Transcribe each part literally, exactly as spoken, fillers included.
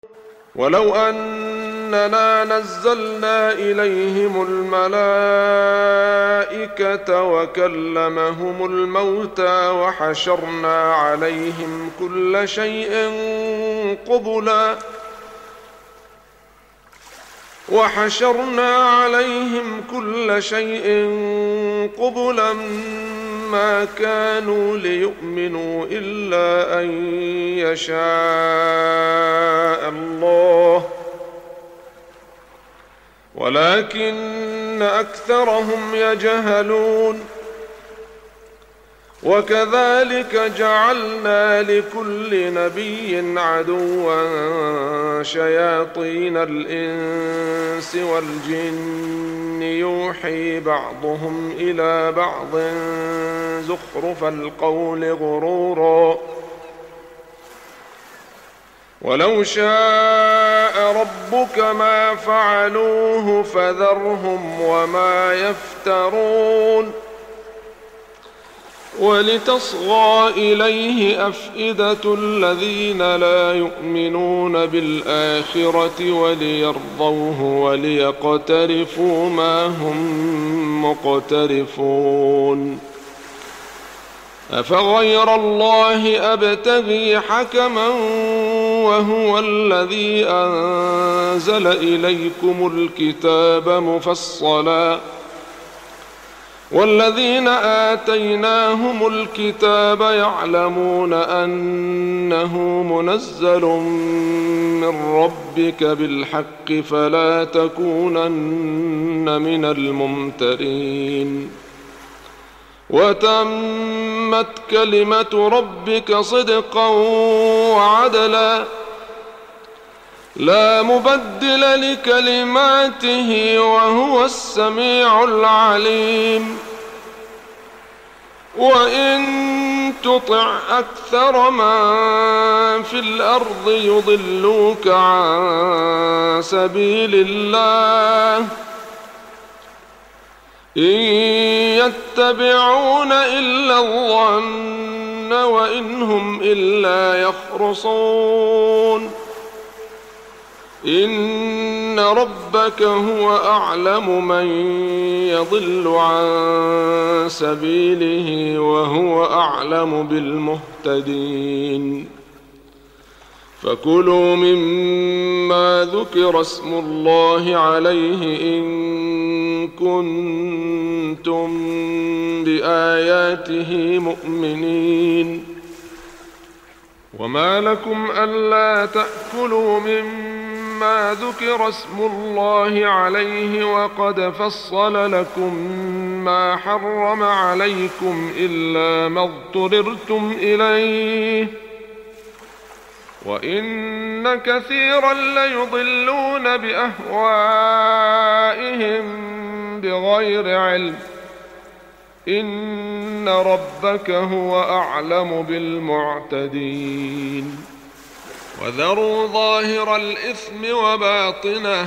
ولو أننا نزلنا إليهم الملائكة وكلمهم الموتى وحشرنا عليهم كل شيء قبلا وحشرنا عليهم كل شيء قبلا ما كانوا ليؤمنوا إلا أن يشاء الله ولكن أكثرهم يجهلون. وكذلك جعلنا لكل نبي عدوا شياطين الإنس والجن يوحي بعضهم إلى بعض زخرف القول غرورا ولو شاء ربك ما فعلوه فذرهم وما يفترون. ولتصغى إليه أفئدة الذين لا يؤمنون بالآخرة وليرضوه وليقترفوا ما هم مقترفون. أفغير الله أبتغي حكما وهو الذي أنزل إليكم الكتاب مفصلا والذين آتيناهم الكتاب يعلمون أنه منزل من ربك بالحق فلا تكونن من الممترين. وتمت كلمة ربك صدقا وعدلا لا مبدل لكلماته وهو السميع العليم. وإن تطع أكثر من في الأرض يضلوك عن سبيل الله إن يتبعون إلا الظن وإن هم إلا يخرصون. إن ربك هو أعلم من يضل عن سبيله وهو أعلم بالمهتدين. فكلوا مما ذكر اسم الله عليه إن كنتم بآياته مؤمنين. وما لكم ألا تأكلوا مما ذكر اسم الله عليه وقد فصل لكم ما حرم عليكم إلا ما اضطررتم إليه وإن كثيرا ليضلون بأهوائهم بغير علم إن ربك هو أعلم بالمعتدين. وذروا ظاهر الإثم وباطنه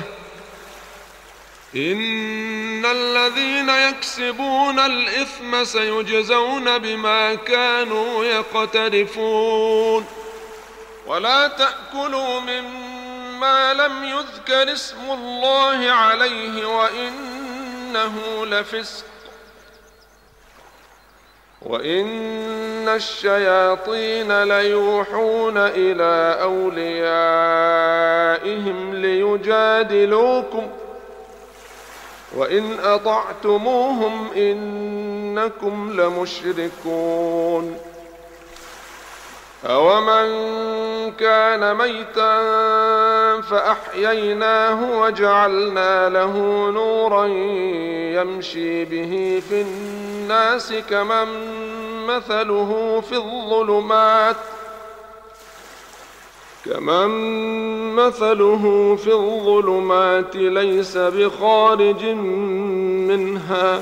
إن الذين يكسبون الإثم سيجزون بما كانوا يقترفون. ولا تأكلوا مما لم يذكر اسم الله عليه وإنه لفسق وإن الشياطين ليوحون إلى أوليائهم ليجادلوكم وإن أطعتموهم إنكم لمشركون. أومن كان ميتا فأحييناه وجعلنا له نورا يمشي به في الناس كمن مثله في الظلمات كمن مثله في الظلمات ليس بخارج منها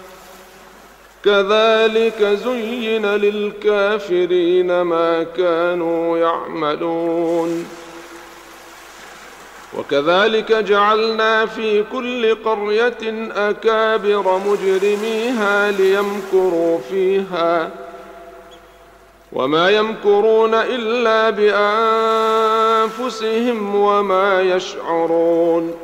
كذلك زين للكافرين ما كانوا يعملون. وكذلك جعلنا في كل قرية أكابر مجرميها ليمكروا فيها وما يمكرون إلا بأنفسهم أنفسهم وما يشعرون.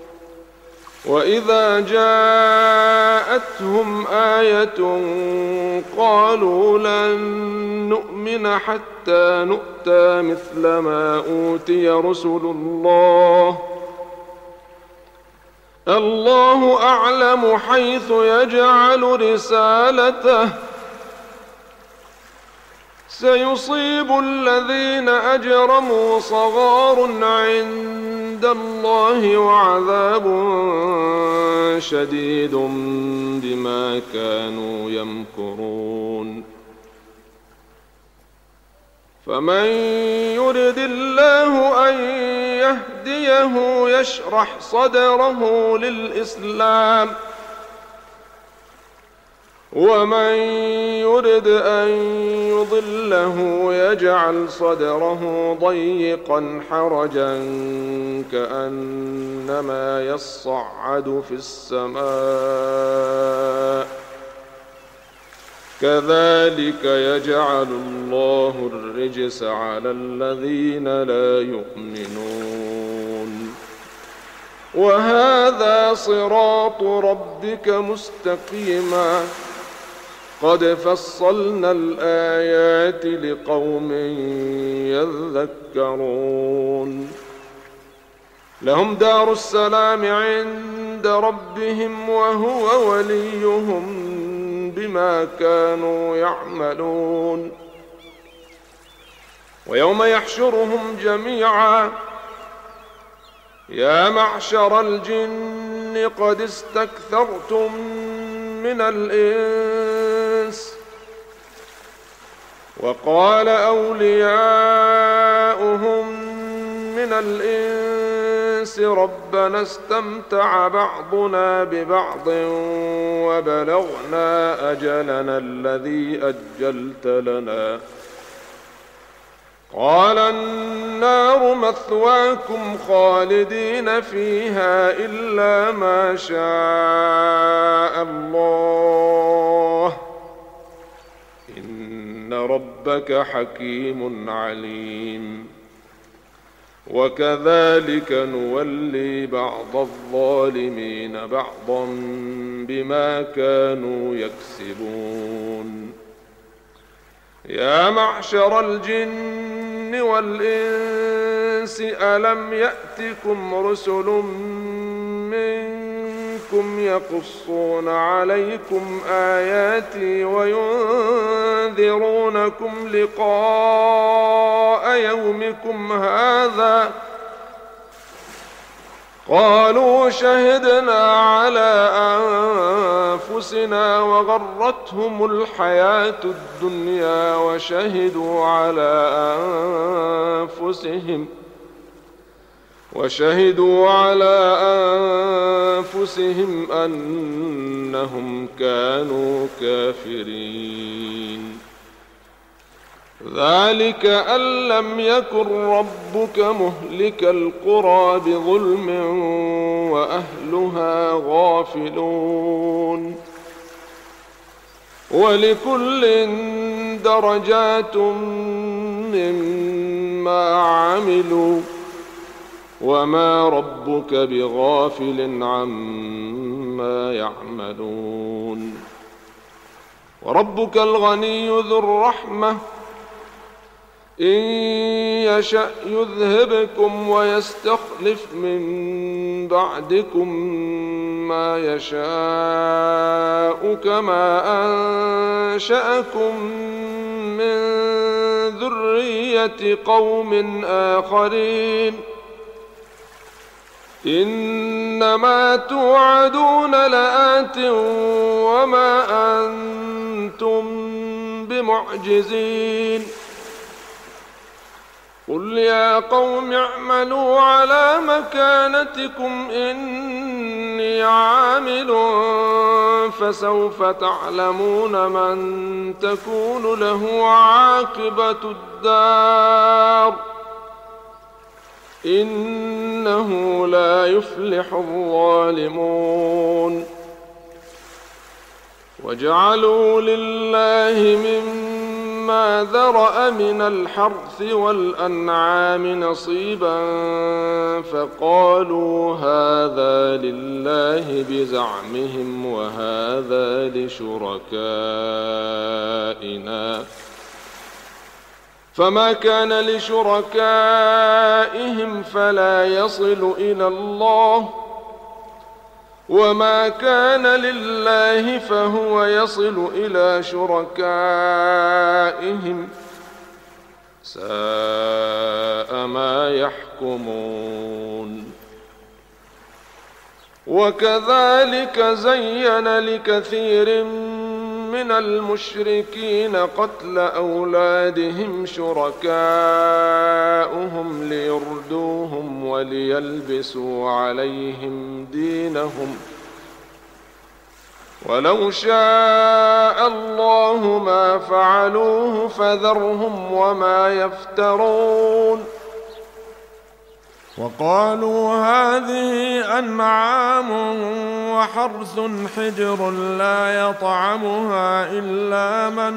وإذا جاءتهم آية قالوا لن نؤمن حتى نؤتى مثل ما أوتي رسل الله الله أعلم حيث يجعل رسالته سيصيب الذين أجرموا صغار عند الله وعذاب شديد بما كانوا يمكرون. فمن يرد الله أن يهديه يشرح صدره للإسلام ومن يرد أن يضله يجعل صدره ضيقا حرجا كأنما يصعد في السماء كذلك يجعل الله الرجس على الذين لا يؤمنون. وهذا صراط ربك مستقيما قد فصلنا الآيات لقوم يذكرون. لهم دار السلام عند ربهم وهو وليهم بما كانوا يعملون. ويوم يحشرهم جميعا يا معشر الجن قد استكثرتم من الإنس وقال أولياؤهم من الإنس ربنا استمتع بعضنا ببعض وبلغنا أجلنا الذي أجلت لنا قال النار مثواكم خالدين فيها إلا ما شاء الله إن ربك حكيم عليم. وكذلك نولي بعض الظالمين بعضا بما كانوا يكسبون. يا معشر الجن والإنس ألم يأتكم رسل منكم يقصون عليكم آياتي وينذرونكم لقاء يومكم هذا قالوا شهدنا على أنفسنا وغرتهم الحياة الدنيا وشهدوا على أنفسهم وشهدوا على أنفسهم أنهم كانوا كافرين. ذلك أن لم يكن ربك مهلك القرى بظلم وأهلها غافلون. ولكل درجات مما عملوا وما ربك بغافل عما يعملون. وربك الغني ذو الرحمة إن يشأ يذهبكم ويستخلف من بعدكم ما يشاء كما أنشأكم من ذرية قوم آخرين إنما توعدون لآت وما أنتم بمعجزين. قل يا قوم اعملوا على مكانتكم إني عامل فسوف تعلمون من تكون له عاقبة الدار إنه لا يفلح الظالمون. وجعلوا لله مما مما ذرأ من الحرث والأنعام نصيبا فقالوا هذا لله بزعمهم وهذا لشركائنا فما كان لشركائهم فلا يصل إلى الله وما كان لله فهو يصل إلى شركائهم ساء ما يحكمون. وكذلك زين لكثير من المشركين قتل أولادهم شركاؤهم ليردوهم وليلبسوا عليهم دينهم ولو شاء الله ما فعلوه فذرهم وما يفترون. وقالوا هذه أنعام وحرث حجر لا يطعمها إلا من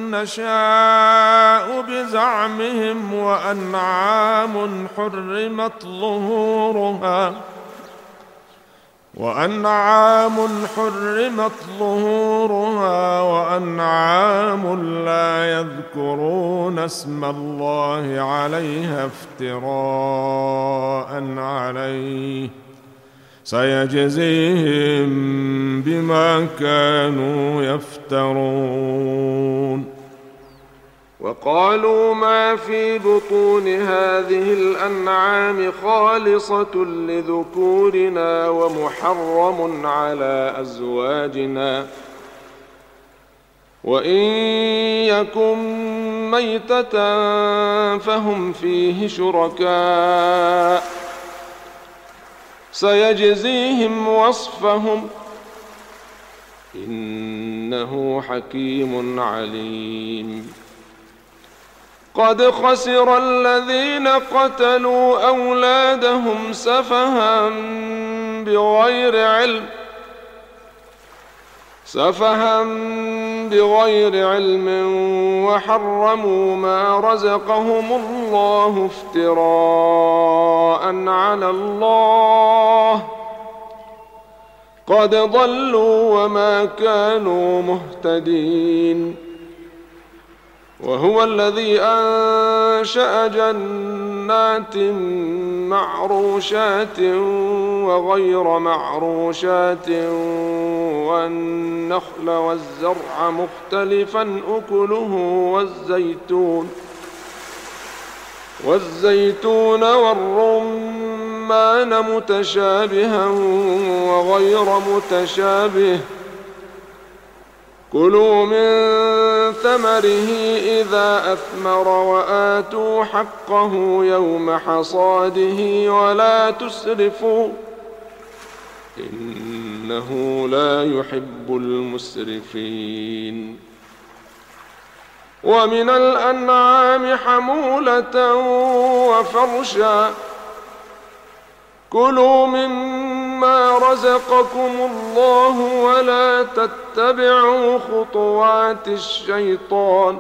نشاء بزعمهم وأنعام حرمت ظهورها وأنعام حرمت ظهورها وأنعام لا يذكرون اسم الله عليها افتراء عليه سيجزيهم بما كانوا يفترون. وقالوا ما في بطون هذه الأنعام خالصة لذكورنا ومحرم على أزواجنا وإن يكن ميتة فهم فيه شركاء سيجزيهم وصفهم إنه حكيم عليم. قد خسر الذين قتلوا أولادهم سفها بغير علم سفها بغير علم وحرموا ما رزقهم الله افتراء على الله قد ضلوا وما كانوا مهتدين. وهو الذي أنشأ جنات معروشات وغير معروشات والنخل والزرع مختلفا أكله والزيتون والزيتون والرمان متشابها وغير متشابه كلوا من ثمره إذا أثمر وآتوا حقه يوم حصاده ولا تسرفوا إنه لا يحب المسرفين. ومن الأنعام حمولة وفرشا كلوا مما رزقكم الله ولا تتبعوا خطوات الشيطان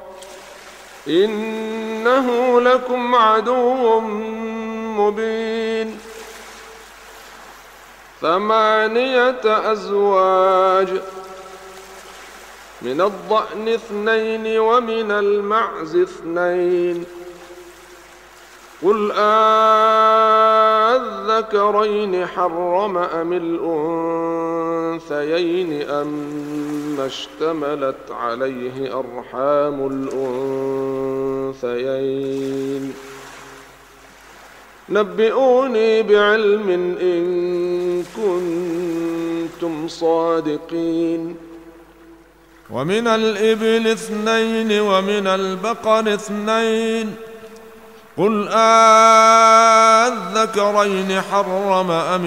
إنه لكم عدو مبين. ثمانية أزواج من الضأن اثنين ومن المعز اثنين قل أذكرين حرم أم الأنثيين أم اشتملت عليه أرحام الأنثيين نبئوني بعلم إن كنتم صادقين. ومن الإبل اثنين ومن البقر اثنين قل أذكرين حرم أم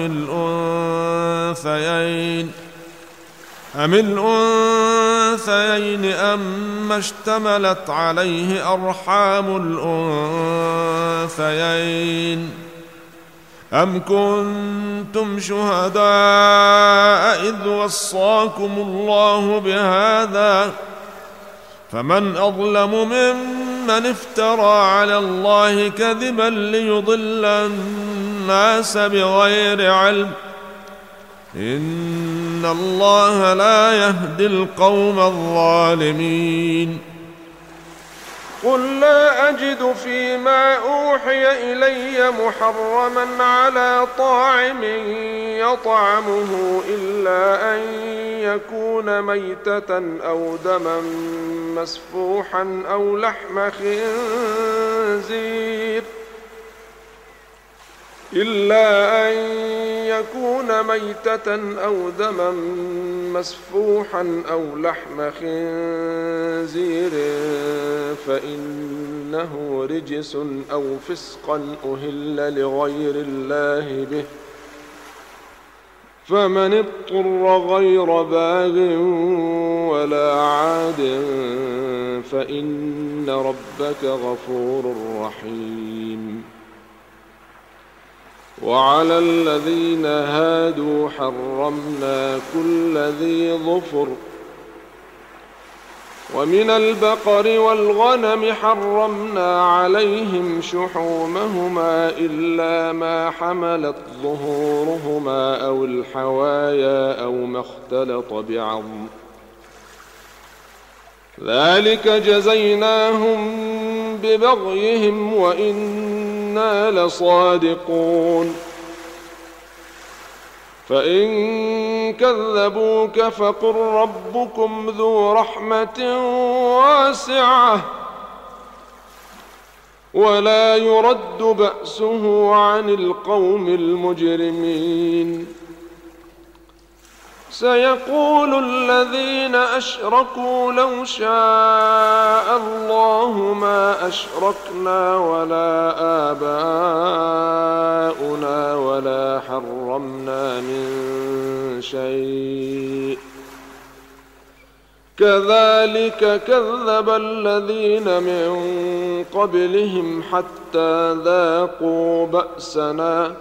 الأنثيين أم الأنثيين أما اشتملت عليه أرحام الأنثيين أم كنتم شهداء إذ وصاكم الله بهذا فمن أظلم ممن افترى على الله كذبا ليضل الناس بغير علم إن الله لا يهدي القوم الظالمين. قل لا أجد فيما أوحي إلي محرما على طاعم يطعمه إلا أن يكون ميتة أو دما مسفوحا أو لحم خنزير إلا أن يكون ميتة أو دما مسفوحا أو لحم خنزير فإنه رجس أو فسقا أهل لغير الله به فمن اضطر غير باغ ولا عاد فإن ربك غفور رحيم. وعلى الذين هادوا حرمنا كل ذي ظفر ومن البقر والغنم حرمنا عليهم شحومهما إلا ما حملت ظهورهما أو الحوايا أو ما اختلط بعظم ذلك جزيناهم ببغيهم وإنا لصادقون. فإن كذبوك فقل ربكم ذو رحمة واسعة ولا يرد بأسه عن القوم المجرمين. سيقول الذين أشركوا لو شاء الله ما أشركنا ولا آباؤنا ولا حرمنا من شيء كذلك كذب الذين من قبلهم حتى ذاقوا بأسنا.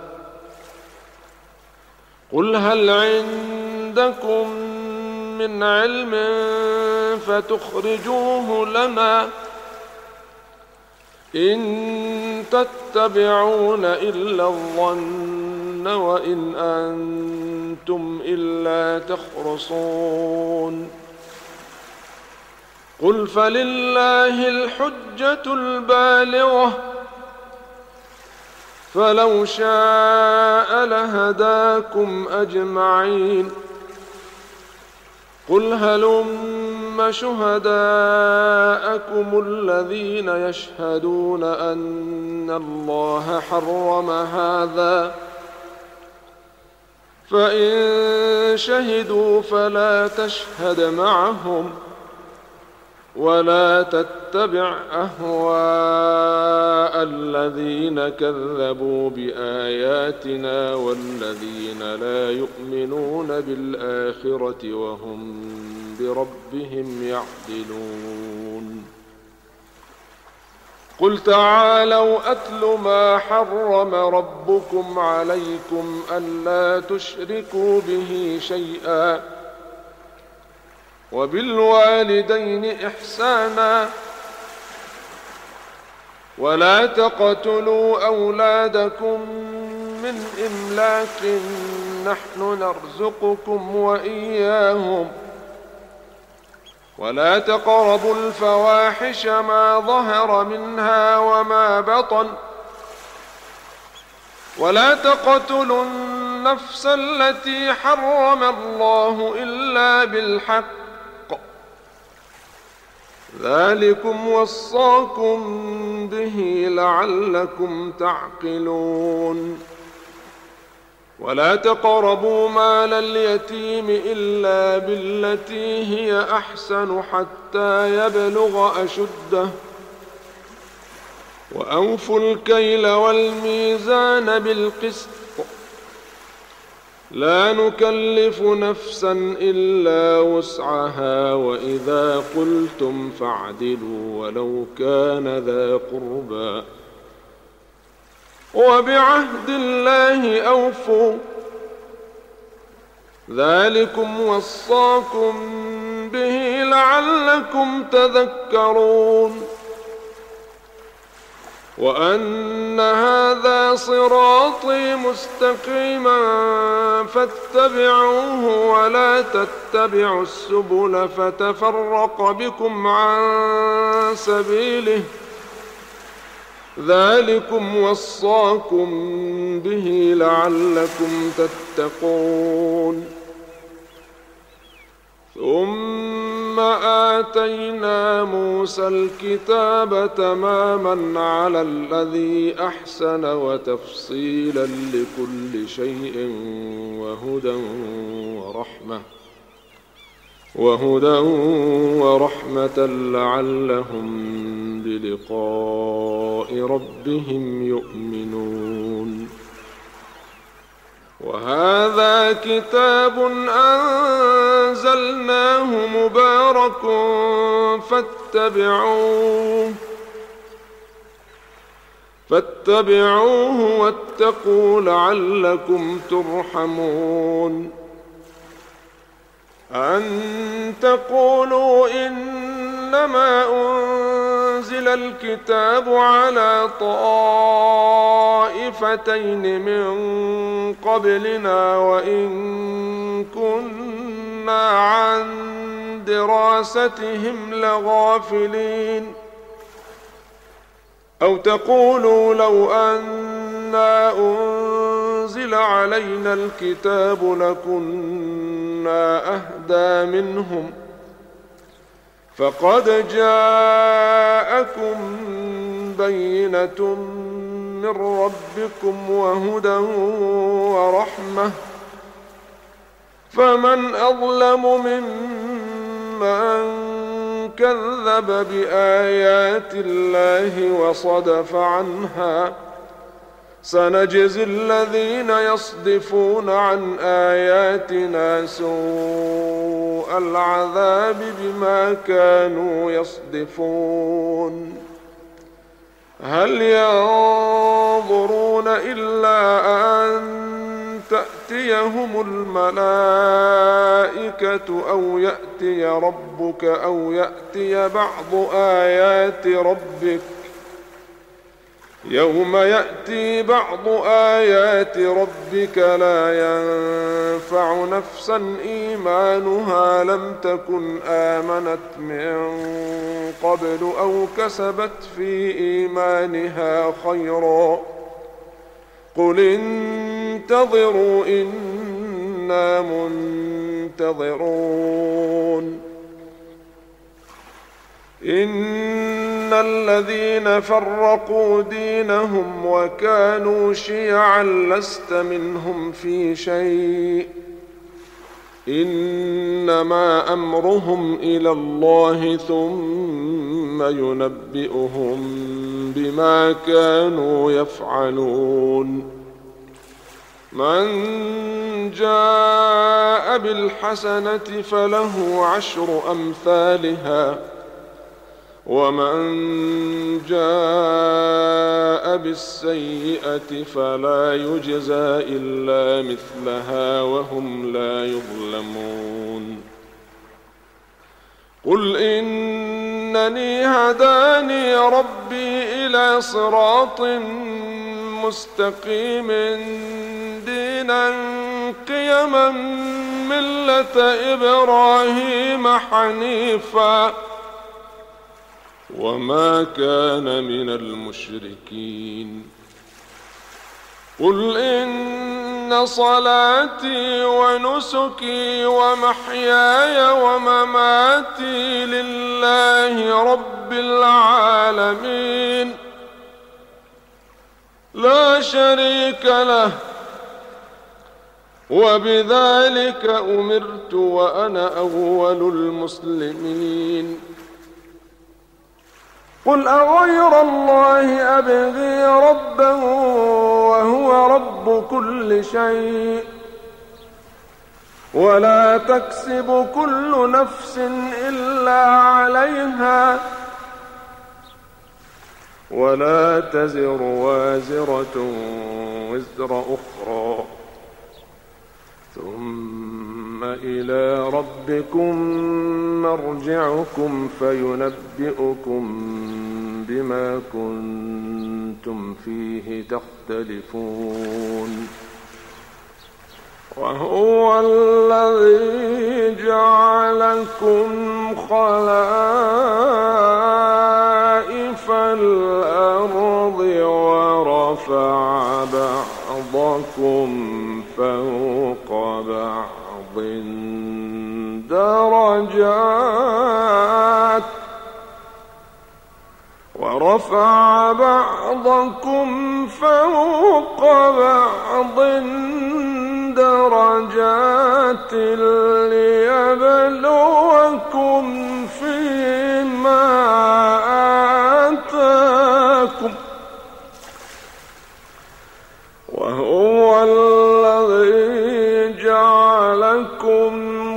قل هل عندكم من علم فتخرجوه لنا إن تتبعون إلا الظن وإن أنتم إلا تخرصون. قل فلله الحجة البالغة فلو شاء لهداكم أجمعين. قل هلم شهداءكم الذين يشهدون أن الله حرم هذا فإن شهدوا فلا تشهد معهم ولا تتبع أهواء الذين كذبوا بآياتنا والذين لا يؤمنون بالآخرة وهم بربهم يعدلون. قل تعالوا أتل ما حرم ربكم عليكم ألا تشركوا به شيئا وبالوالدين إحسانا ولا تقتلوا أولادكم من إملاق نحن نرزقكم وإياهم ولا تقربوا الفواحش ما ظهر منها وما بطن ولا تقتلوا النفس التي حرم الله إلا بالحق ذلكم وصاكم به لعلكم تعقلون. ولا تقربوا مال اليتيم إلا بالتي هي أحسن حتى يبلغ أشده وأوفوا الكيل والميزان بالقسط لا نكلف نفسا إلا وسعها وإذا قلتم فاعدلوا ولو كان ذا قربى وبعهد الله أوفوا ذلكم وصاكم به لعلكم تذكرون وأن هذا صراطي مستقيما فاتبعوه ولا تتبعوا السبل فتفرق بكم عن سبيله ذلكم وصاكم به لعلكم تتقون ثم آتينا موسى الكتاب تماما على الذي أحسن وتفصيلا لكل شيء وهدى ورحمة وهدى ورحمة لعلهم بلقاء ربهم يؤمنون وهذا كتاب أنزلناه مبارك فاتبعوه فاتبعوه واتقوا لعلكم ترحمون أن تقولوا إنما أنزل الكتاب على طائفتين من قبلنا وإن كنا عن دراستهم لغافلين أو تقولوا لو أنا أنزل علينا الكتاب لكنا أهدى منهم فقد جاءكم بينة من ربكم وهدى ورحمة فمن أظلم ممن كذب بآيات الله وصدف عنها سنجزي الذين يصدفون عن آياتنا سوء العذاب بما كانوا يصدفون هل ينظرون إلا أن تأتيهم الملائكة أو يأتي ربك أو يأتي بعض آيات ربك يوم يأتي بعض آيات ربك لا ينفع نفسا إيمانها لم تكن آمنت من قبل أو كسبت في إيمانها خيرا قل انتظروا إنا منتظرون إن الذين فرقوا دينهم وكانوا شيعا لست منهم في شيء إنما أمرهم إلى الله ثم ينبئهم بما كانوا يفعلون من جاء بالحسنة فله عشر أمثالها ومن جاء بالسيئة فلا يجزى إلا مثلها وهم لا يظلمون قل إنني هداني ربي إلى صراط مستقيم دينا قيما ملة إبراهيم حنيفا وما كان من المشركين قل إن صلاتي ونسكي ومحياي ومماتي لله رب العالمين لا شريك له وبذلك أمرت وأنا أول المسلمين قل أغير الله أبغي ربا وهو رب كل شيء ولا تكسب كل نفس إلا عليها ولا تزر وازرة وزر أخرى ثم إلى ربكم مرجعكم فينبئكم بما كنتم فيه تختلفون وهو الذي جعلكم خلائف الأرض ورفع بعضكم فوق بعض درجات ورفع بعضكم فوق بعض درجات ليبلوكم فيما آتاكم وهو الذي جعلكم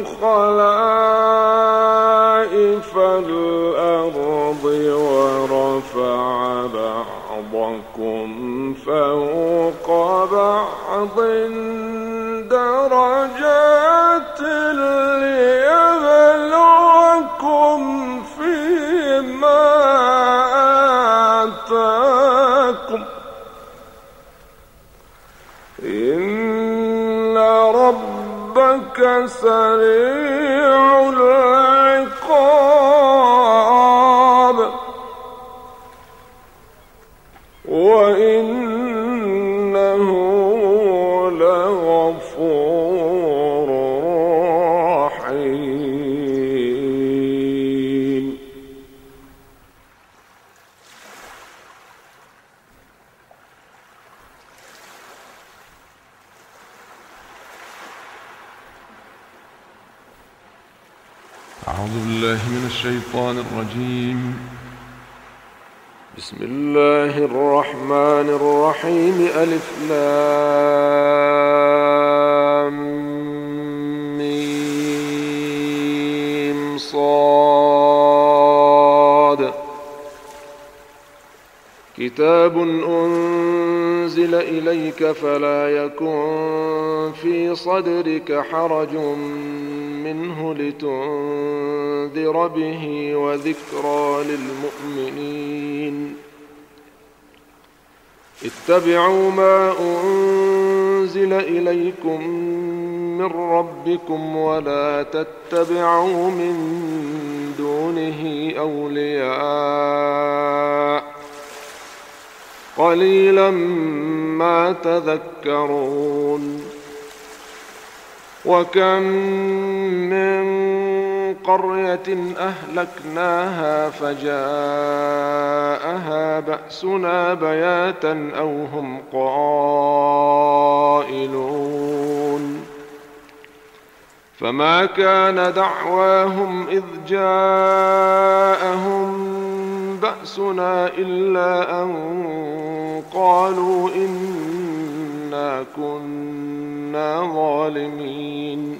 خلائف الأرض ورفع بعضكم فوق بعض درجات ليبلوكم فيما آتاكم إن ربك سريع العقاب وإنه لغفور رحيم. أعوذ بالله من الشيطان الرجيم. بسم الله الرحمن الرحيم. ألف لام ميم صاد. كتاب أنزل إليك فلا يكن في صدرك حرج منه لتنذر به وذكرى للمؤمنين. اتبعوا ما أنزل إليكم من ربكم ولا تتبعوا من دونه أولياء قليلا ما تذكرون. وكم من قرية أهلكناها فجاءها بأسنا بياتا أو هم قائلون. فما كان دعواهم إذ جاءهم بأسنا إلا أن قالوا إنا كنا ظالمين.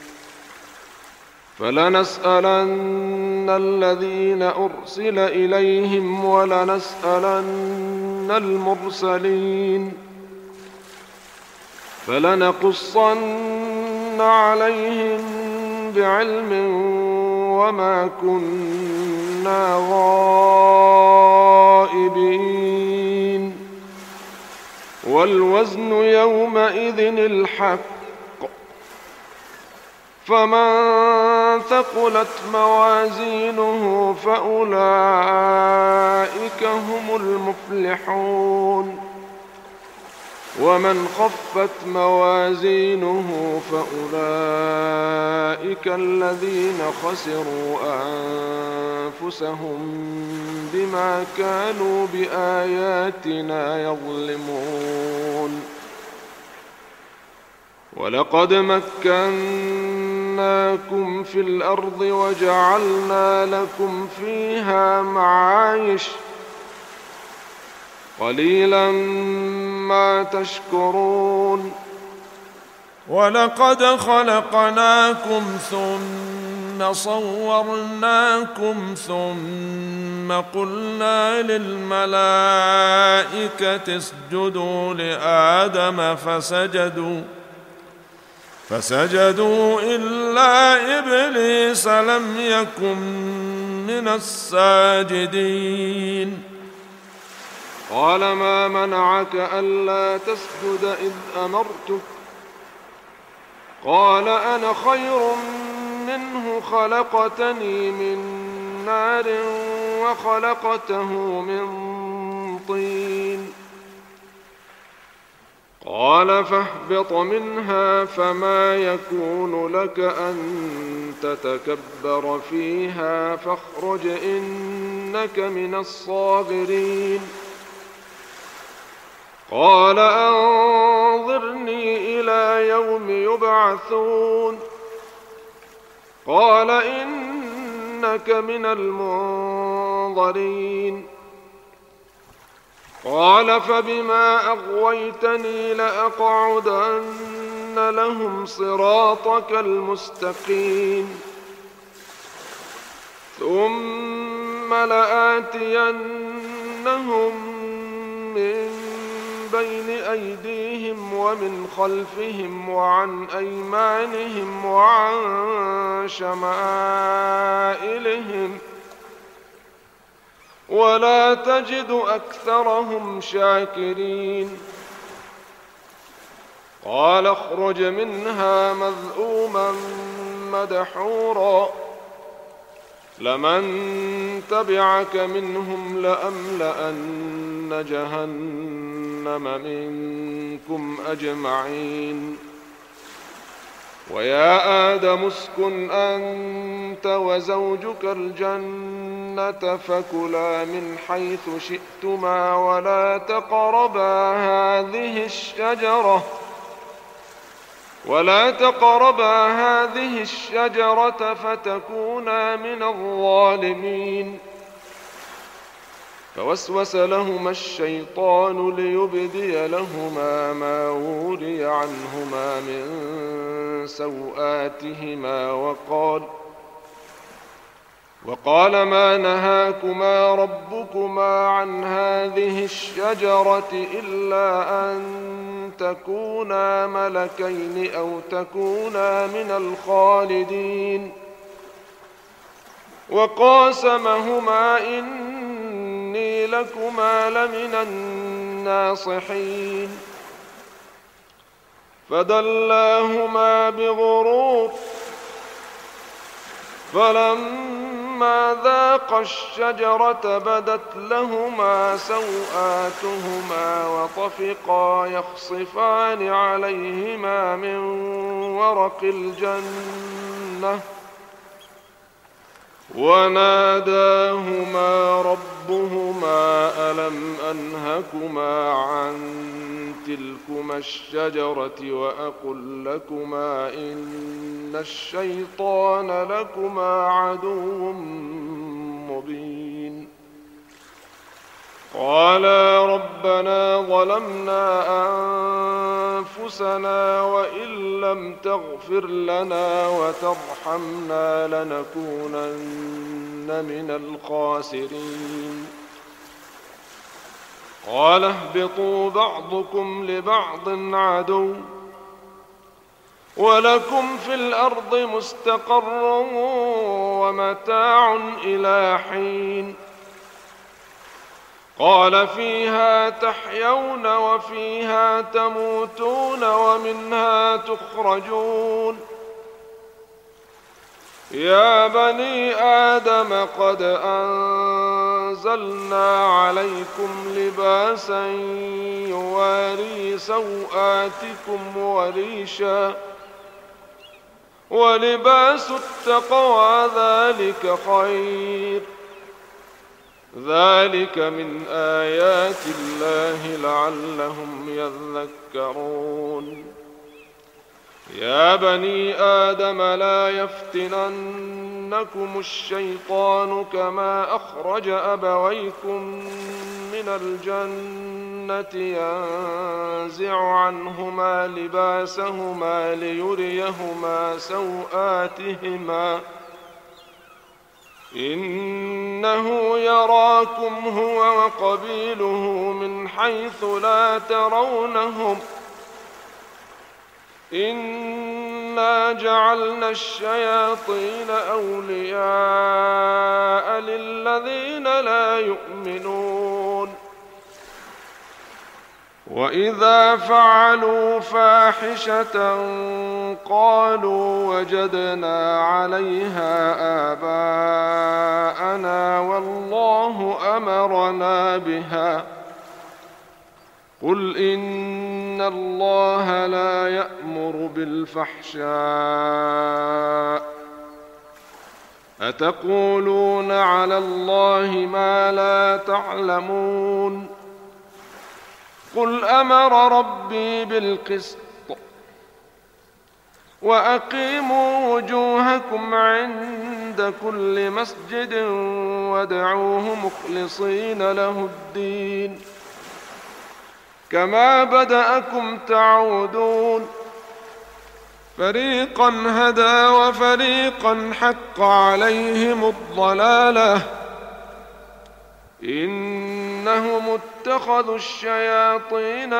فلنسألن الذين أرسل إليهم ولنسألن المرسلين فلنقصن عليهم بعلم وما كنا غائبين. والوزن يومئذ الحق فمن ثقلت موازينه فأولئك هم المفلحون ومن خفت موازينه فأولئك الذين خسروا أنفسهم بما كانوا بآياتنا يظلمون. ولقد مكناكم في الأرض وجعلنا لكم فيها معايش قليلا ما تشكرون. ولقد خلقناكم ثم صورناكم ثم قلنا للملائكة اسجدوا لآدم فسجدوا فسجدوا إلا إبليس لم يكن من الساجدين. قال ما منعك ألا تسجد إذ أمرتك؟ قال أنا خير منه، خلقتني من نار وخلقته من طين. قال فاهبط منها فما يكون لك أن تتكبر فيها فاخرج إنك من الصاغرين. قال أنظرني إلى يوم يبعثون. قال إنك من المنظرين. قال فبما أغويتني لأقعدن لهم صراطك المستقيم ثم لآتينهم من بين أيديهم ومن خلفهم وعن أيمانهم وعن شمائلهم ولا تجد أكثرهم شاكرين. قال اخرج منها مذءوما مدحورا لمن تبعك منهم لأملأن جهنم منكم أجمعين. ويا آدم اسكن أنت وزوجك الجنة فكلا من حيث شئتما ولا تقربا هذه الشجرة ولا تقربا هذه الشجرة فتكونا من الظالمين. فوسوس لهما الشيطان ليبدي لهما ما وري عنهما من سوآتهما وقال وقال ما نهاكما ربكما عن هذه الشجرة إلا أن تكونا ملكين أو تكونا من الخالدين. وقاسمهما إني لكما لمن الناصحين. فدلاهما بغرور فلما ذاقا الشجرة بدت لهما سوآتهما وطفقا يخصفان عليهما من ورق الجنة وناداهما ربهما ألم أنهكما عن تلكما الشجرة وأقل لكما إن الشيطان لكما عدو مبين. قالا ربنا ظلمنا أنفسنا وإن لم تغفر لنا وترحمنا لنكونن من الخاسرين. قال اهبطوا بعضكم لبعض عدو ولكم في الأرض مستقر ومتاع إلى حين. قال فيها تحيون وفيها تموتون ومنها تخرجون. يا بني آدم قد أنزلنا عليكم لباسا يواري سوآتكم وريشا ولباس التقوى ذلك خير ذلك من آيات الله لعلهم يذكرون. يا بني آدم لا يفتننكم الشيطان كما أخرج أبويكم من الجنة ينزع عنهما لباسهما ليريهما سوآتهما إنه يراكم هو وقبيله من حيث لا ترونهم إن إنا جعلنا الشياطين أولياء للذين لا يؤمنون وإذا فعلوا فاحشة قالوا وجدنا عليها آباءنا والله أمرنا بها قل إن الله لا يأمر بالفحشاء أتقولون على الله ما لا تعلمون قل أمر ربي بالقسط وأقيموا وجوهكم عند كل مسجد وادعوه مخلصين له الدين كما بدأكم تعودون فريقا هدى وفريقا حق عليهم الضلالة إنهم اتخذوا الشياطين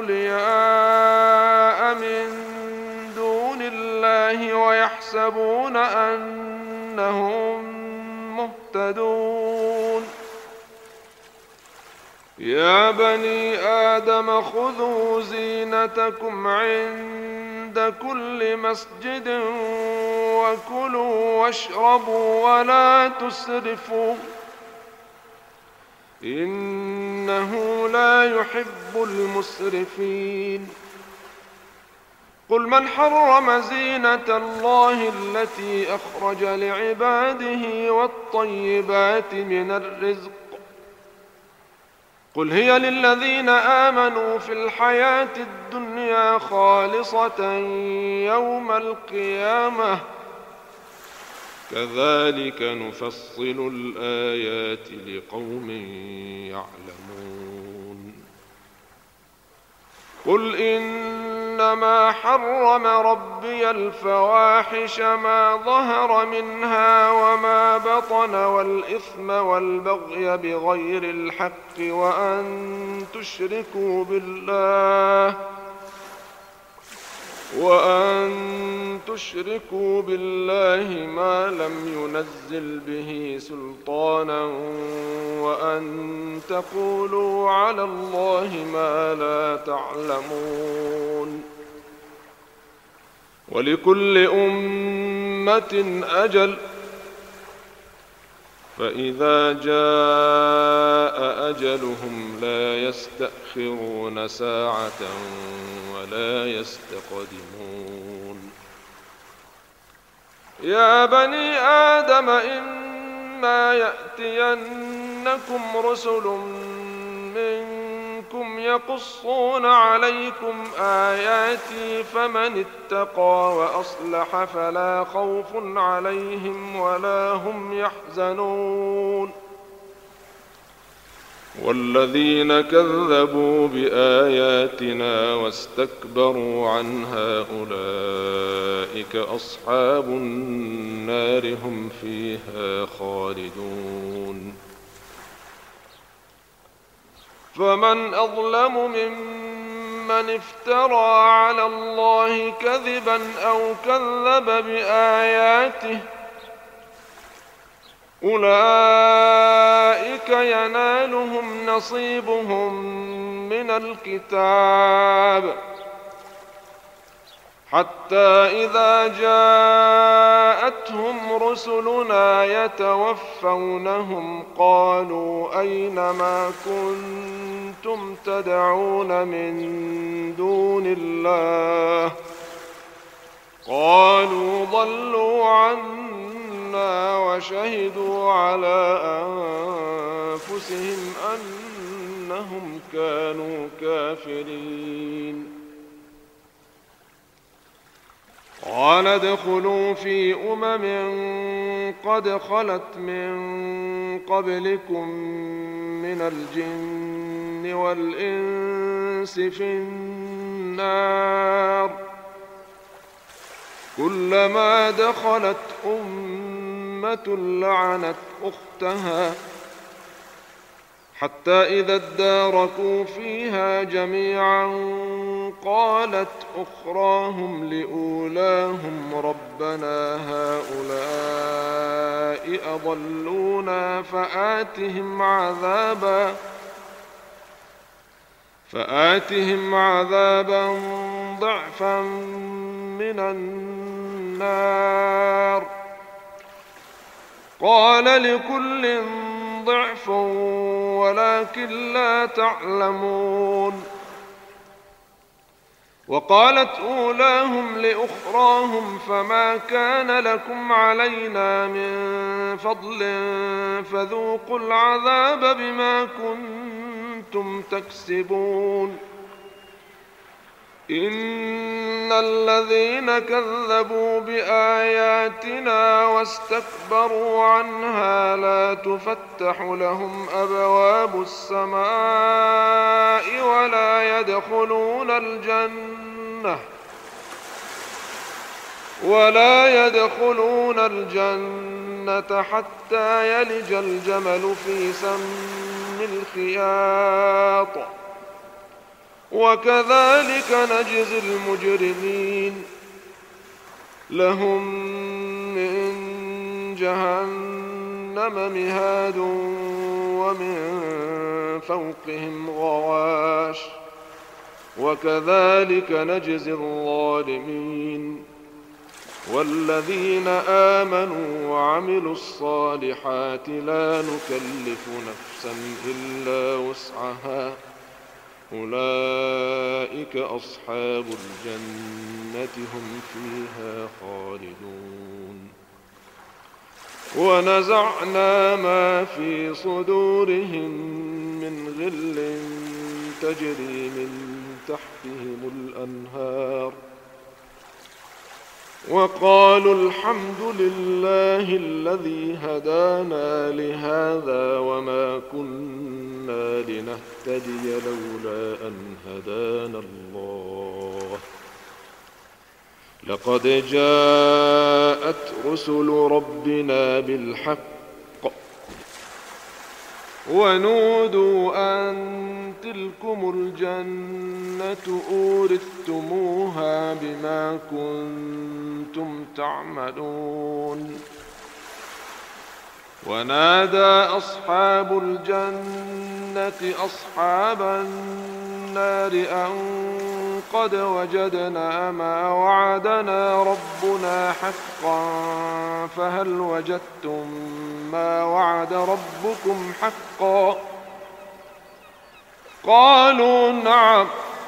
أولياء من دون الله ويحسبون أنهم مهتدون يا بني آدم خذوا زينتكم عند كل مسجد وكلوا واشربوا ولا تسرفوا إنه لا يحب المسرفين قل من حرم زينة الله التي أخرج لعباده والطيبات من الرزق قل هي للذين آمنوا في الحياة الدنيا خالصة يوم القيامة كذلك نفصل الآيات لقوم يعلمون قل إنما حرم ربي الفواحش ما ظهر منها وما بطن والإثم والبغي بغير الحق وأن تشركوا بالله وأن تشركوا بالله ما لم ينزل به سلطانا وأن تقولوا على الله ما لا تعلمون ولكل أمة أجل فإذا جاء أجلهم لا يستأخرون ساعة ولا يستقدمون يا بني آدم إما يأتينكم رسل منكم يقصون عليكم آياتي فمن اتقى وأصلح فلا خوف عليهم ولا هم يحزنون والذين كذبوا بآياتنا واستكبروا عنها أولئك أصحاب النار هم فيها خالدون فمن أظلم ممن افترى على الله كذبا أو كذب بآياته أولئك ينالهم نصيبهم من الكتاب حتى إذا جاءتهم رسلنا يتوفونهم قالوا أين ما كنتم تدعون من دون الله قالوا ضلوا عنا وشهدوا على أنفسهم أنهم كانوا كافرين قال ادخلوا في أمم قد خلت من قبلكم من الجن والإنس في النار كلما دخلت أمة لعنت أختها حتى إذا اداركوا فيها جميعا قالت أخراهم لأولاهم ربنا هؤلاء أضلونا فآتهم عذابا فآتهم عذابا ضعفا من النار قال لكل ضعف ولكن لا تعلمون وقالت أولاهم لأخراهم فما كان لكم علينا من فضل فذوقوا العذاب بما كنتم تكسبون إن الذين كذبوا بآياتنا واستكبروا عنها لا تفتح لهم أبواب السماء ولا يدخلون الجنة ولا يدخلون الجنة حتى يلج الجمل في سم الخياط وكذلك نجزي المجرمين لهم من جهنم مهاد ومن فوقهم غواش وكذلك نجزي الظالمين والذين آمنوا وعملوا الصالحات لا نكلف نفسا إلا وسعها أولئك أصحاب الجنة هم فيها خالدون ونزعنا ما في صدورهم من غل تجري من تحتهم الأنهار وقالوا الحمد لله الذي هدانا لهذا وما كنا لنهتدي لولا أن هدانا الله لقد جاءت رسل ربنا بالحق ونودوا أن تلكم الجنة أورثتموها بما كنتم تعملون ونادى أصحاب الجنة أصحاب النار أن قد وجدنا ما وعدنا ربنا حقا فهل وجدتم ما وعد ربكم حقا قالوا نعم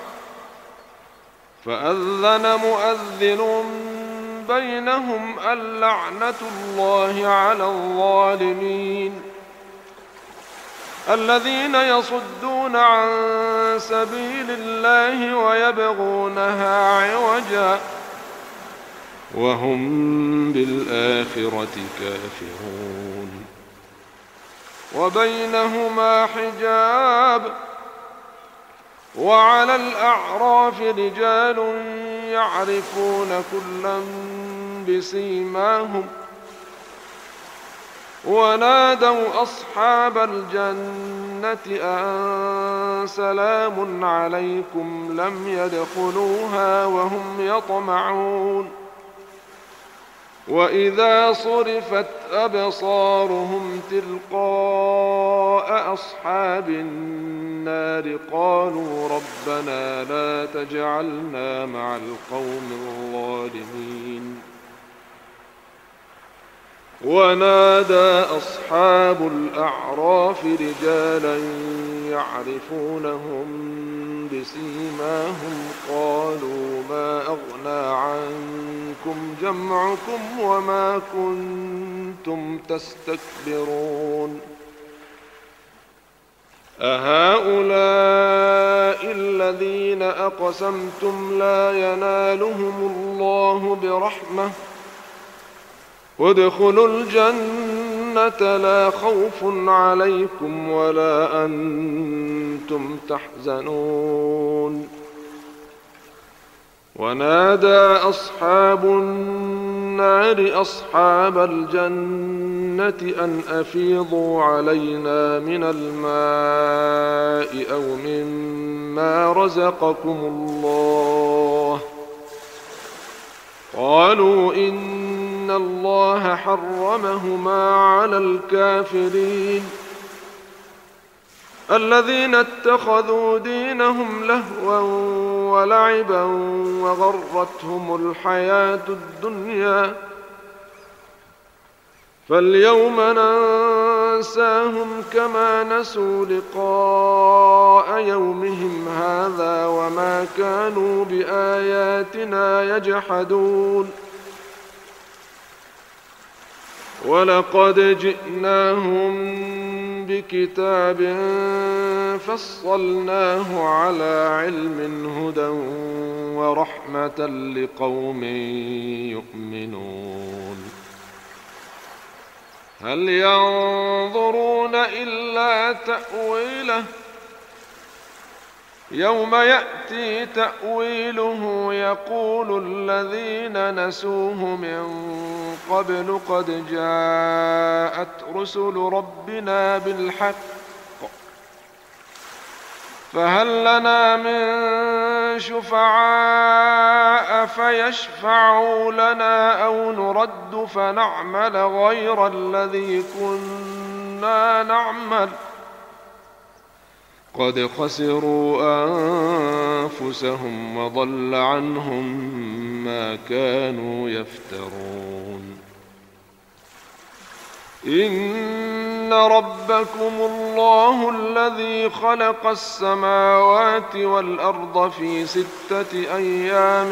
فأذن مؤذن بينهم اللعنة الله على الظالمين الذين يصدون عن سبيل الله ويبغونها عوجا وهم بالآخرة كافرون وبينهما حجاب وعلى الأعراف رجال يعرفون كلا بسيماهم ونادوا أصحاب الجنة أن سلام عليكم لم يدخلوها وهم يطمعون وإذا صرفت أبصارهم تلقاء أصحاب النار قالوا ربنا لا تجعلنا مع القوم الظالمين ونادى أصحاب الأعراف رجالا يعرفونهم بسيماهم قالوا ما أغنى عنكم جمعكم وما كنتم تستكبرون أهؤلاء الذين أقسمتم لا ينالهم الله برحمة ادخلوا الجنة لا خوف عليكم ولا أنتم تحزنون ونادى أصحاب النار أصحاب الجنة أن أفيضوا علينا من الماء أو مما رزقكم الله. قالوا إن الله حرمهما على الكافرين الذين اتخذوا دينهم لهوا ولعبا وغرتهم الحياة الدنيا فاليوم ننساهم كما نسوا لقاء يومهم هذا وما كانوا بآياتنا يجحدون. ولقد جئناهم بكتاب فصلناه على علم هدى ورحمة لقوم يؤمنون. هل ينظرون إلا تأويله يوم يأتي تأويله يقول الذين نسوه من قبل قد جاءت رسل ربنا بالحق فهل لنا من شفعاء فيشفعوا لنا أو نرد فنعمل غير الذي كنا نعمل قد خسروا أنفسهم وضل عنهم ما كانوا يفترون. إن ربكم الله الذي خلق السماوات والأرض في ستة أيام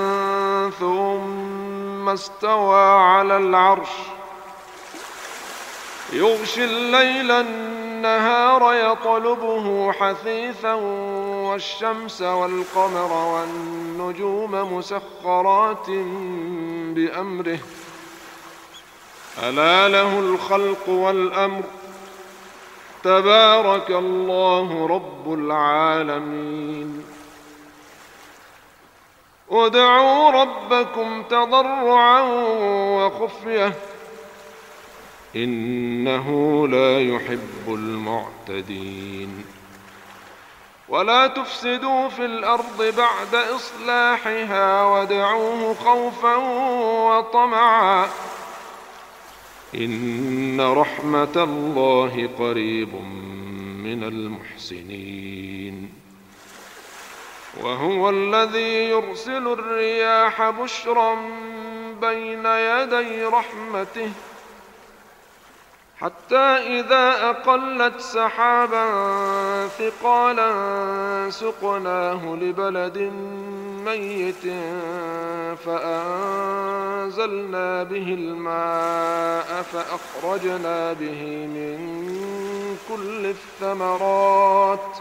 ثم استوى على العرش يغشي الليل النهار يطلبه حثيثا والشمس والقمر والنجوم مسخرات بأمره ألا له الخلق والأمر تبارك الله رب العالمين. ادعوا ربكم تضرعا وخفية إنه لا يحب المعتدين. ولا تفسدوا في الأرض بعد إصلاحها وادعوه خوفا وطمعا إن رحمة الله قريب من المحسنين. وهو الذي يرسل الرياح بشرا بين يدي رحمته حتى إذا أقلت سحابا ثقالا سقناه لبلد ميت فأنزلنا به الماء فأخرجنا به من كل الثمرات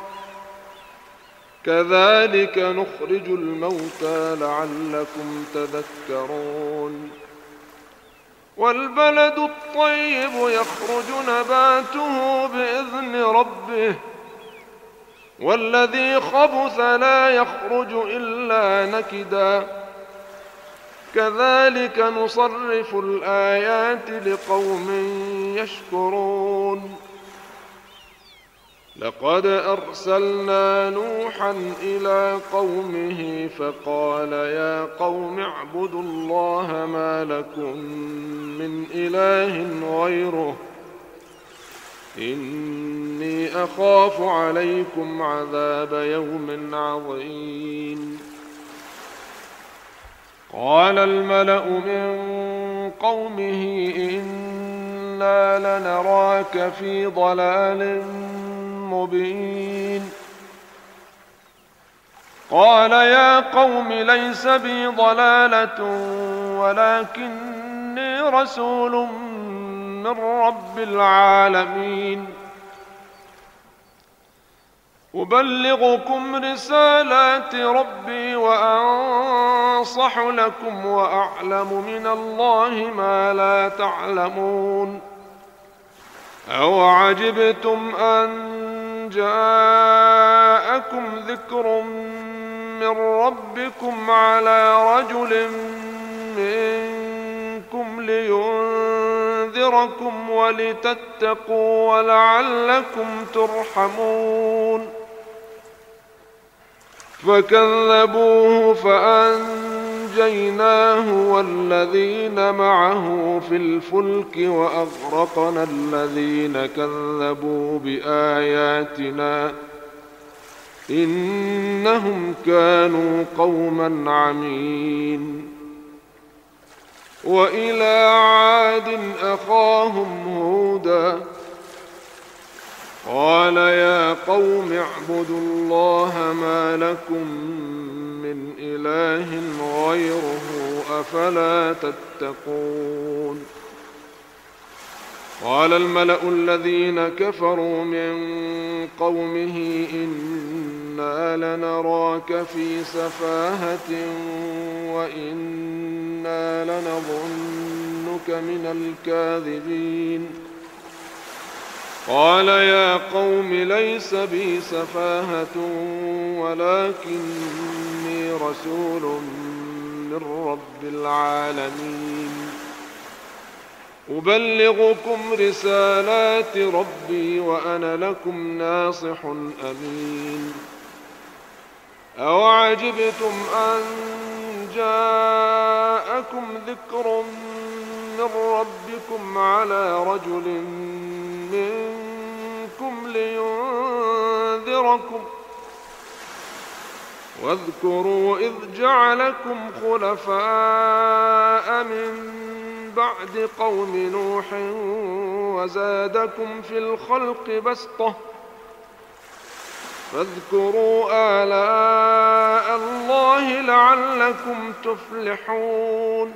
كذلك نخرج الموتى لعلكم تذكرون. والبلد الطيب يخرج نباته بإذن ربه والذي خبث لا يخرج إلا نكدا كذلك نصرف الآيات لقوم يشكرون. لقد أرسلنا نوحا إلى قومه فقال يا قوم اعبدوا الله ما لكم من إله غيره إني أخاف عليكم عذاب يوم عظيم. قال الملأ من قومه إنا لنراك في ضلال مبين. قال يا قوم ليس بي ضلالة ولكني رسول من رب العالمين أبلغكم رسالات ربي وأنصح لكم وأعلم من الله ما لا تعلمون. أو عجبتم أن جاءكم ذكر من من ربكم على رجل منكم لينذركم ولتتقوا ولعلكم ترحمون فكذبوه فأنجيناه والذين معه في الفلك وأغرقنا الذين كذبوا بآياتنا إنهم كانوا قوما عمين وإلى عاد أخاهم هودا قال يا قوم اعبدوا الله ما لكم من إله غيره أفلا تتقون قال الملأ الذين كفروا من قومه إنا لنراك في سفاهة وإنا لنظنك من الكاذبين قال يا قوم ليس بي سفاهة ولكني رسول من رب العالمين أبلغكم رسالات ربي وأنا لكم ناصح أمين أوعجبتم أن جاءكم ذكر من ربكم على رجل منكم لينذركم واذكروا إذ جعلكم خلفاء من بعد قوم نوح وزادكم في الخلق بسطة فاذكروا آلاء الله لعلكم تفلحون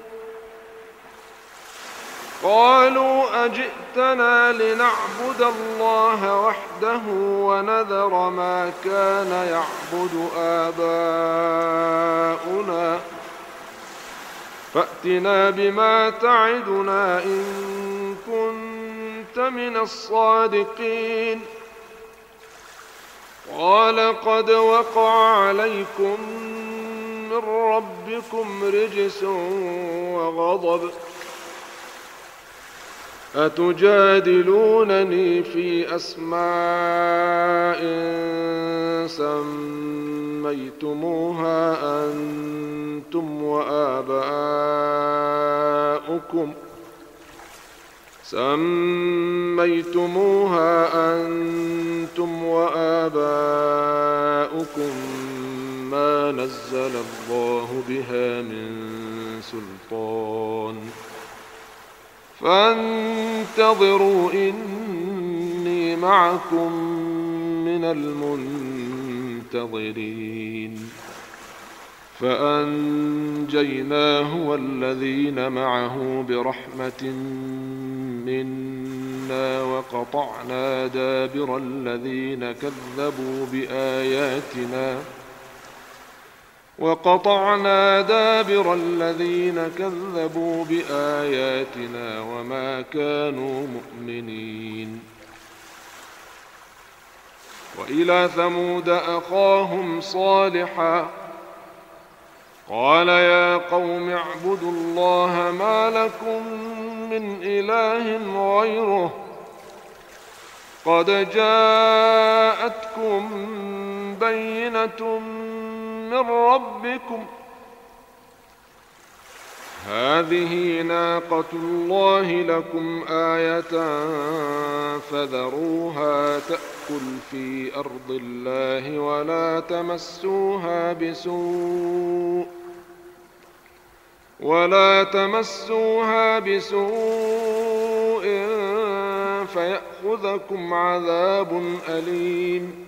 قالوا أجئتنا لنعبد الله وحده ونذر ما كان يعبد آباؤنا فأتنا بما تعدنا إن كنت من الصادقين قال قد وقع عليكم من ربكم رجس وغضب أتجادلونني في أسماء سميتموها أنتم وآباؤكم سميتموها أنتم وآباؤكم ما نزل الله بها من سلطان فانتظروا إني معكم من المنتظرين فأنجيناه والذين معه برحمة منا وقطعنا دابر الذين كذبوا بآياتنا وقطعنا دابر الذين كذبوا بآياتنا وما كانوا مؤمنين وإلى ثمود أخاهم صالحا قال يا قوم اعبدوا الله ما لكم من إله غيره قد جاءتكم بينة من ربكم هذه ناقة الله لكم آية فذروها تأكل في أرض الله ولا تمسوها بسوء ولا تمسوها بسوء فيأخذكم عذاب أليم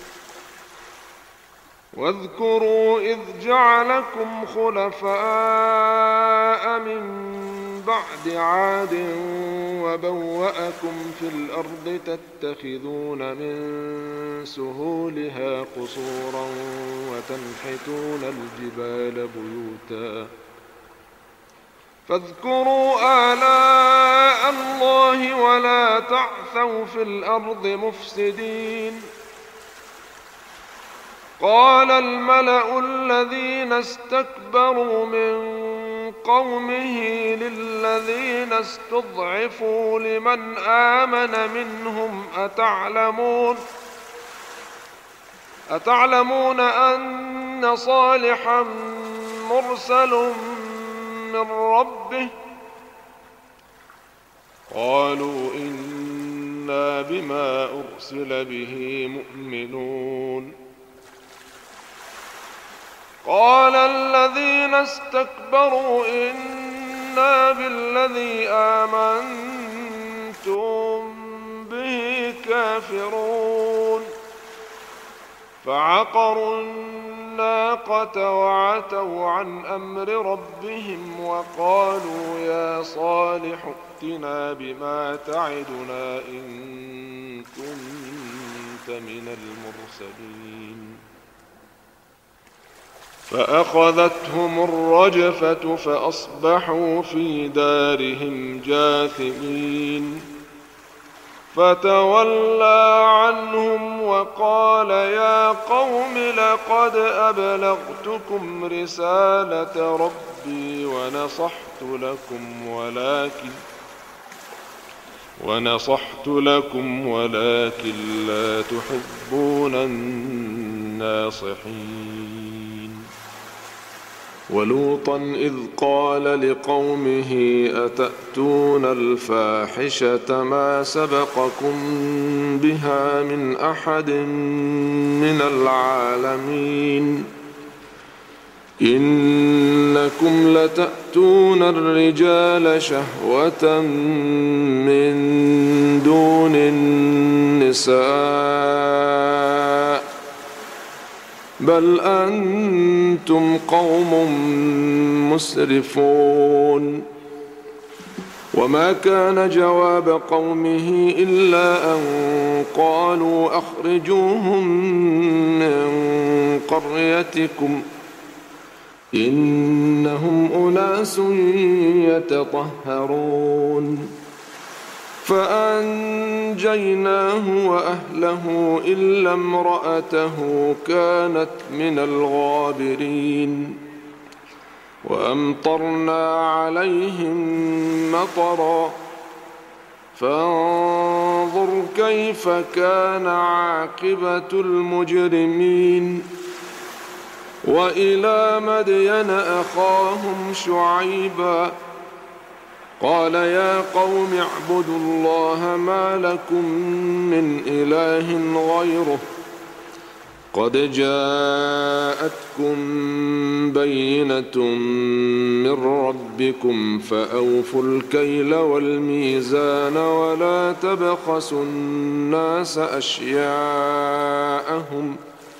واذكروا إذ جعلكم خلفاء من بعد عاد وبوأكم في الأرض تتخذون من سهولها قصورا وتنحتون الجبال بيوتا فاذكروا آلاء الله ولا تعثوا في الأرض مفسدين قال الملأ الذين استكبروا من قومه للذين استضعفوا لمن آمن منهم أتعلمون أتعلمون أن صالحا مرسل من ربه قالوا إنا بما أرسل به مؤمنون قال الذين استكبروا إنا بالذي آمنتم به كافرون فعقروا الناقة وعتوا عن أمر ربهم وقالوا يا صالح ائتنا بما تعدنا إن كنت من المرسلين فأخذتهم الرجفة فأصبحوا في دارهم جاثمين فتولى عنهم وقال يا قوم لقد أبلغتكم رسالة ربي ونصحت لكم ولكن ونصحت لكم ولكن لا تحبون الناصحين ولوطا إذ قال لقومه أتأتون الفاحشة ما سبقكم بها من أحد من العالمين إنكم لتأتون الرجال شهوة من دون النساء بل أنتم قوم مسرفون وما كان جواب قومه إلا أن قالوا أخرجوهم من قريتكم إنهم أناس يتطهرون فأنجيناه وأهله إلا امرأته كانت من الغابرين وأمطرنا عليهم مطرا فانظر كيف كان عاقبة المجرمين وإلى مدين أخاهم شعيبا قال يا قوم اعبدوا الله ما لكم من إله غيره قد جاءتكم بينة من ربكم فأوفوا الكيل والميزان ولا تبخسوا الناس أشياءهم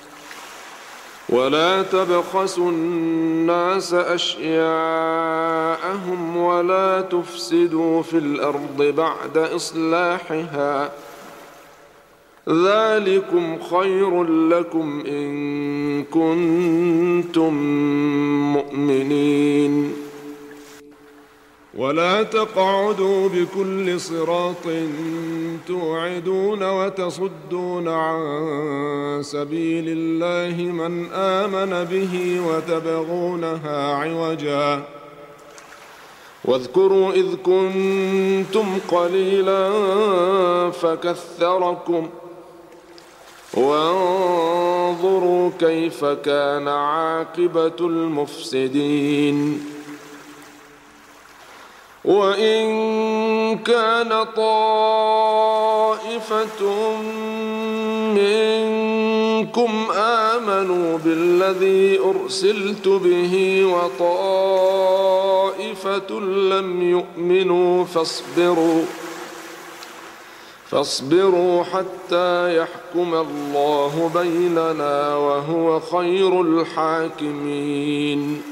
ولا تبخسوا الناس أشياءهم ولا تفسدوا في الأرض بعد إصلاحها ذلكم خير لكم إن كنتم مؤمنين ولا تقعدوا بكل صراط توعدون وتصدون عن سبيل الله من آمن به وتبغونها عوجا واذكروا إذ كنتم قليلا فكثركم وانظروا كيف كان عاقبة المفسدين وإن كان طائفة منكم آمنوا بالذي أرسلت به وطائفة لم يؤمنوا فاصبروا فاصبروا حتى يحكم الله بيننا وهو خير الحاكمين